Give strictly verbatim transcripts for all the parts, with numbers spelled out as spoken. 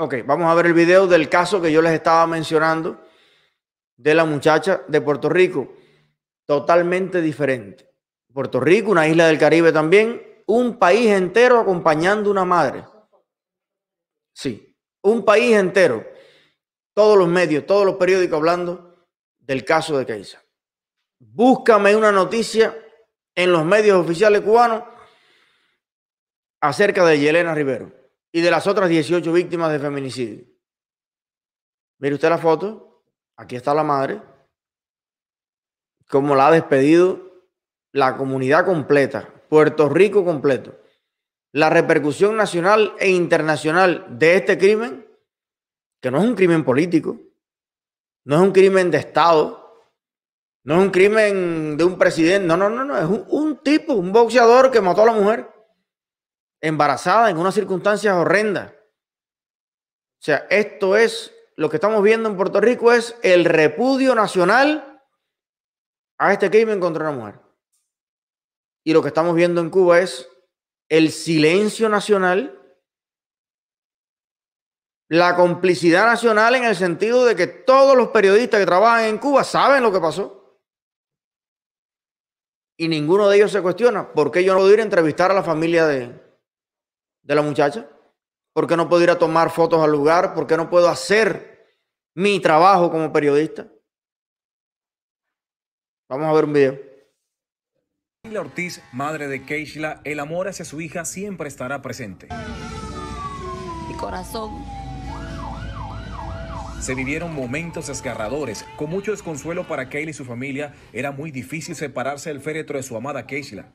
Ok, vamos a ver el video del caso que yo les estaba mencionando de la muchacha de Puerto Rico. Totalmente diferente. Puerto Rico, una isla del Caribe también, un país entero acompañando a una madre. Sí, un país entero. Todos los medios, todos los periódicos hablando del caso de Keisha. Búscame una noticia en los medios oficiales cubanos acerca de Yelena Rivero y de las otras dieciocho víctimas de feminicidio. Mire usted la foto. Aquí está la madre. Cómo la ha despedido la comunidad completa, Puerto Rico completo. La repercusión nacional e internacional de este crimen, que no es un crimen político, no es un crimen de Estado, no es un crimen de un presidente, no, no, no, no, es un, un tipo, un boxeador que mató a la mujer embarazada en unas circunstancias horrendas. O sea, esto es, lo que estamos viendo en Puerto Rico es el repudio nacional a este crimen contra una mujer. Y lo que estamos viendo en Cuba es el silencio nacional, la complicidad nacional en el sentido de que todos los periodistas que trabajan en Cuba saben lo que pasó. Y ninguno de ellos se cuestiona por qué yo no puedo ir a entrevistar a la familia de, de la muchacha, por qué no puedo ir a tomar fotos al lugar, por qué no puedo hacer mi trabajo como periodista. Vamos a ver un video. Keishla Ortiz, madre de Keishla, el amor hacia su hija siempre estará presente. Mi corazón. Se vivieron momentos desgarradores. Con mucho desconsuelo para Keishla y su familia, era muy difícil separarse del féretro de su amada Keishla.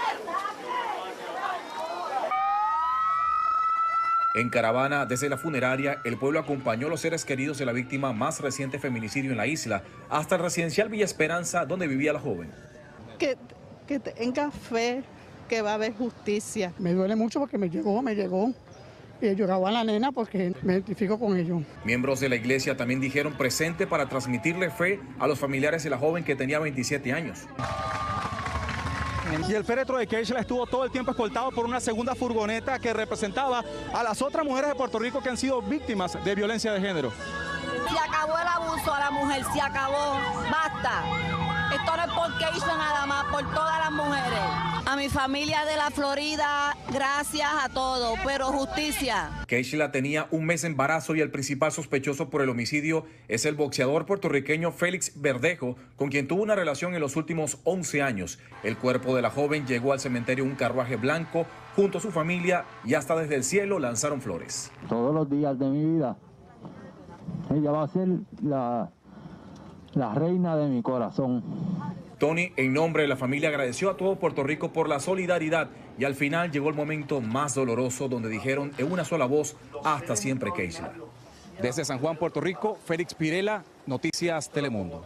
En caravana desde la funeraria, el pueblo acompañó a los seres queridos de la víctima más reciente feminicidio en la isla, hasta el residencial Villa Esperanza, donde vivía la joven. Que, que tenga fe, que va a haber justicia. Me duele mucho porque me llegó, me llegó. Y lloraba a la nena porque me identifico con ellos. Miembros de la iglesia también dijeron presente para transmitirle fe a los familiares de la joven que tenía veintisiete años. Y el féretro de Keishla estuvo todo el tiempo escoltado por una segunda furgoneta que representaba a las otras mujeres de Puerto Rico que han sido víctimas de violencia de género. Se acabó el abuso a la mujer, se acabó, basta. Esto no es por Keishla nada más, por todas las mujeres. A mi familia de la Florida, gracias a todos, pero justicia. Keishla tenía un mes de embarazo y el principal sospechoso por el homicidio es el boxeador puertorriqueño Félix Verdejo, con quien tuvo una relación en los últimos once años. El cuerpo de la joven llegó al cementerio en un carruaje blanco junto a su familia y hasta desde el cielo lanzaron flores. Todos los días de mi vida, ella va a ser la, la reina de mi corazón. Tony, en nombre de la familia, agradeció a todo Puerto Rico por la solidaridad y al final llegó el momento más doloroso donde dijeron en una sola voz, hasta siempre Keishla. Desde San Juan, Puerto Rico, Félix Pirela, Noticias Telemundo.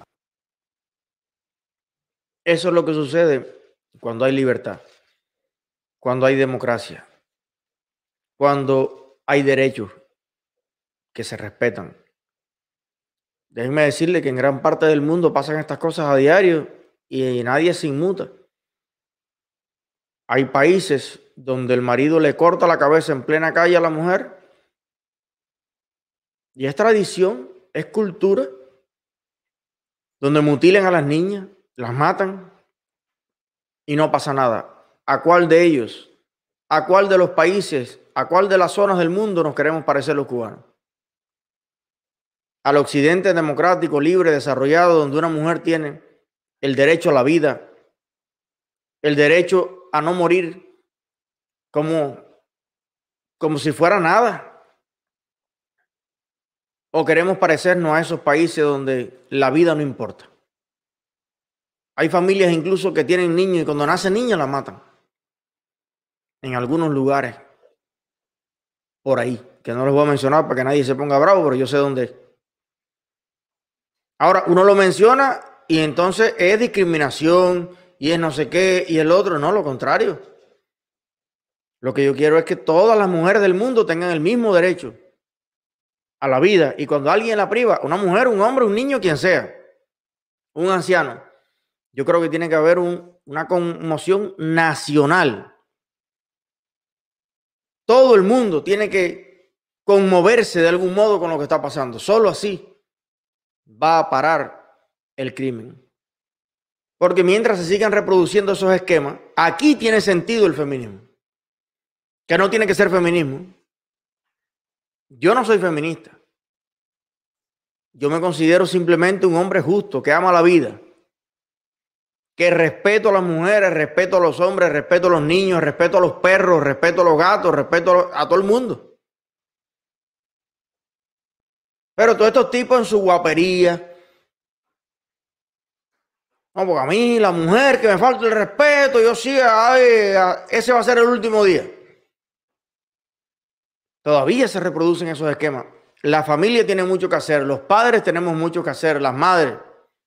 Eso es lo que sucede cuando hay libertad, cuando hay democracia, cuando hay derechos que se respetan. Déjenme decirle que en gran parte del mundo pasan estas cosas a diario y nadie se inmuta. Hay países donde el marido le corta la cabeza en plena calle a la mujer y es tradición, es cultura, donde mutilan a las niñas, las matan y no pasa nada. ¿A cuál de ellos, a cuál de los países, a cuál de las zonas del mundo nos queremos parecer los cubanos? Al occidente democrático, libre, desarrollado, donde una mujer tiene el derecho a la vida, el derecho a no morir como, como si fuera nada. O queremos parecernos a esos países donde la vida no importa. Hay familias incluso que tienen niños y cuando nacen niños la matan. En algunos lugares por ahí, que no les voy a mencionar para que nadie se ponga bravo, pero yo sé dónde es. Ahora, uno lo menciona y entonces es discriminación y es no sé qué y el otro. No, lo contrario. Lo que yo quiero es que todas las mujeres del mundo tengan el mismo derecho a la vida. Y cuando alguien la priva, una mujer, un hombre, un niño, quien sea, un anciano, yo creo que tiene que haber un, una conmoción nacional. Todo el mundo tiene que conmoverse de algún modo con lo que está pasando. Solo así va a parar el crimen. Porque mientras se sigan reproduciendo esos esquemas, aquí tiene sentido el feminismo. Que no tiene que ser feminismo. Yo no soy feminista. Yo me considero simplemente un hombre justo, que ama la vida, que respeto a las mujeres, respeto a los hombres, respeto a los niños, respeto a los perros, respeto a los gatos, respeto a, los, a todo el mundo. Pero todos estos tipos en su guapería. No, porque a mí, la mujer, que me falta el respeto, yo sí, ay, ese va a ser el último día. Todavía se reproducen esos esquemas. La familia tiene mucho que hacer, los padres tenemos mucho que hacer, las madres.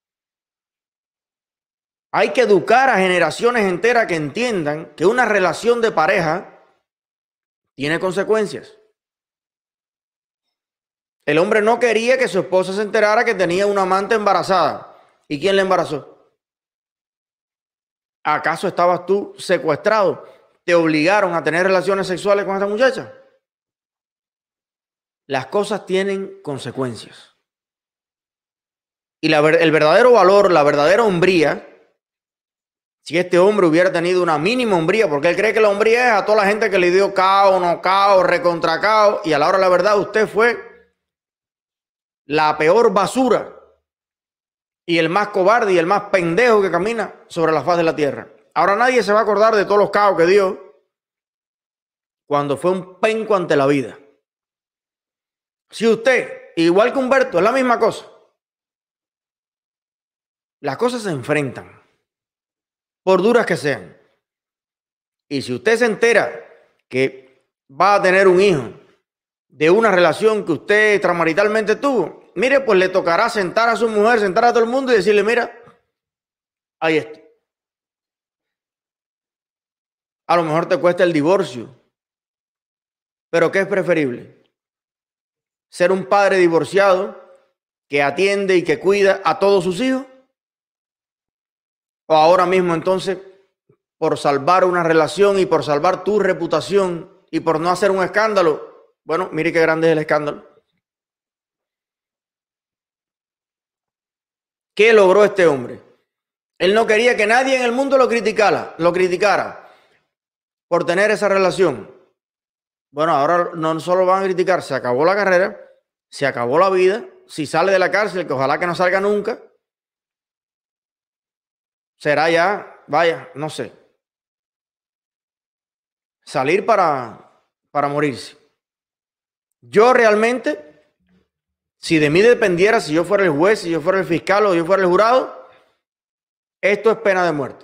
Hay que educar a generaciones enteras que entiendan que una relación de pareja tiene consecuencias. El hombre no quería que su esposa se enterara que tenía una amante embarazada. ¿Y quién le embarazó? ¿Acaso estabas tú secuestrado? ¿Te obligaron a tener relaciones sexuales con esta muchacha? Las cosas tienen consecuencias. Y la, el verdadero valor, la verdadera hombría, si este hombre hubiera tenido una mínima hombría, porque él cree que la hombría es a toda la gente que le dio cao, no cao, recontra cao, y a la hora de la verdad usted fue la peor basura y el más cobarde y el más pendejo que camina sobre la faz de la tierra. Ahora nadie se va a acordar de todos los caos que dio cuando fue un penco ante la vida. Si usted, igual que Humberto, es la misma cosa. Las cosas se enfrentan, por duras que sean. Y si usted se entera que va a tener un hijo de una relación que usted extramaritalmente tuvo, mire, pues le tocará sentar a su mujer, sentar a todo el mundo y decirle, mira, ahí está. A lo mejor te cuesta el divorcio, pero ¿qué es preferible? ¿Ser un padre divorciado que atiende y que cuida a todos sus hijos? ¿O ahora mismo entonces, por salvar una relación y por salvar tu reputación y por no hacer un escándalo? Bueno, mire qué grande es el escándalo. ¿Qué logró este hombre? Él no quería que nadie en el mundo lo criticara, lo criticara por tener esa relación. Bueno, ahora no solo van a criticar, se acabó la carrera, se acabó la vida. Si sale de la cárcel, que ojalá que no salga nunca, será ya, vaya, no sé, salir para, para morirse. Yo realmente, si de mí dependiera, si yo fuera el juez, si yo fuera el fiscal o yo fuera el jurado, esto es pena de muerte.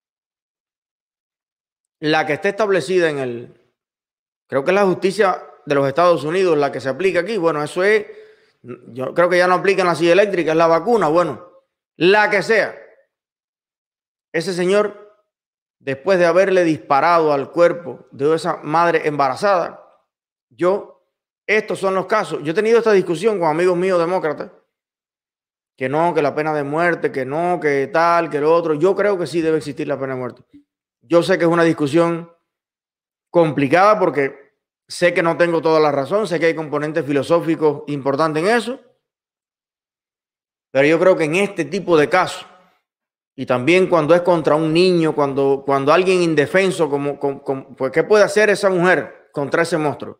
La que está establecida en el, creo que es la justicia de los Estados Unidos, la que se aplica aquí. Bueno, eso es, yo creo que ya no aplica en la silla eléctrica, es la vacuna, bueno, la que sea. Ese señor, después de haberle disparado al cuerpo de esa madre embarazada, yo, estos son los casos. Yo he tenido esta discusión con amigos míos demócratas, que no, que la pena de muerte, que no, que tal, que lo otro. Yo creo que sí debe existir la pena de muerte. Yo sé que es una discusión complicada porque sé que no tengo toda la razón, sé que hay componentes filosóficos importantes en eso, pero yo creo que en este tipo de casos, y también cuando es contra un niño, cuando, cuando alguien indefenso, como, como, como, pues, ¿qué puede hacer esa mujer contra ese monstruo?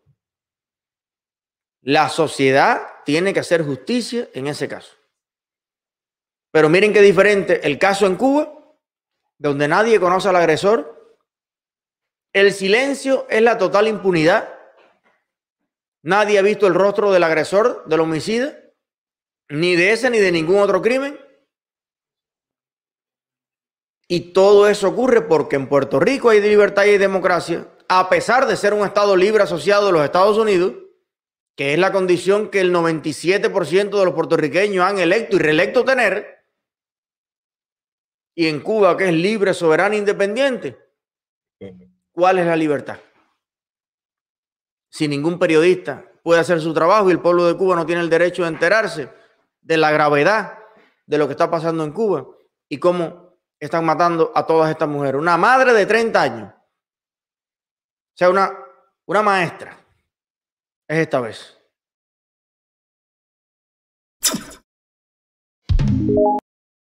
La sociedad tiene que hacer justicia en ese caso. Pero miren qué diferente el caso en Cuba, donde nadie conoce al agresor. El silencio es la total impunidad. Nadie ha visto el rostro del agresor, del homicida, ni de ese ni de ningún otro crimen. Y todo eso ocurre porque en Puerto Rico hay libertad y democracia, a pesar de ser un estado libre asociado de los Estados Unidos, que es la condición que el noventa y siete por ciento de los puertorriqueños han electo y reelecto tener. Y en Cuba, que es libre, soberana e independiente, ¿cuál es la libertad? Si ningún periodista puede hacer su trabajo y el pueblo de Cuba no tiene el derecho de enterarse de la gravedad de lo que está pasando en Cuba y cómo están matando a todas estas mujeres. Una madre de treinta años, o sea, una, una maestra es esta vez.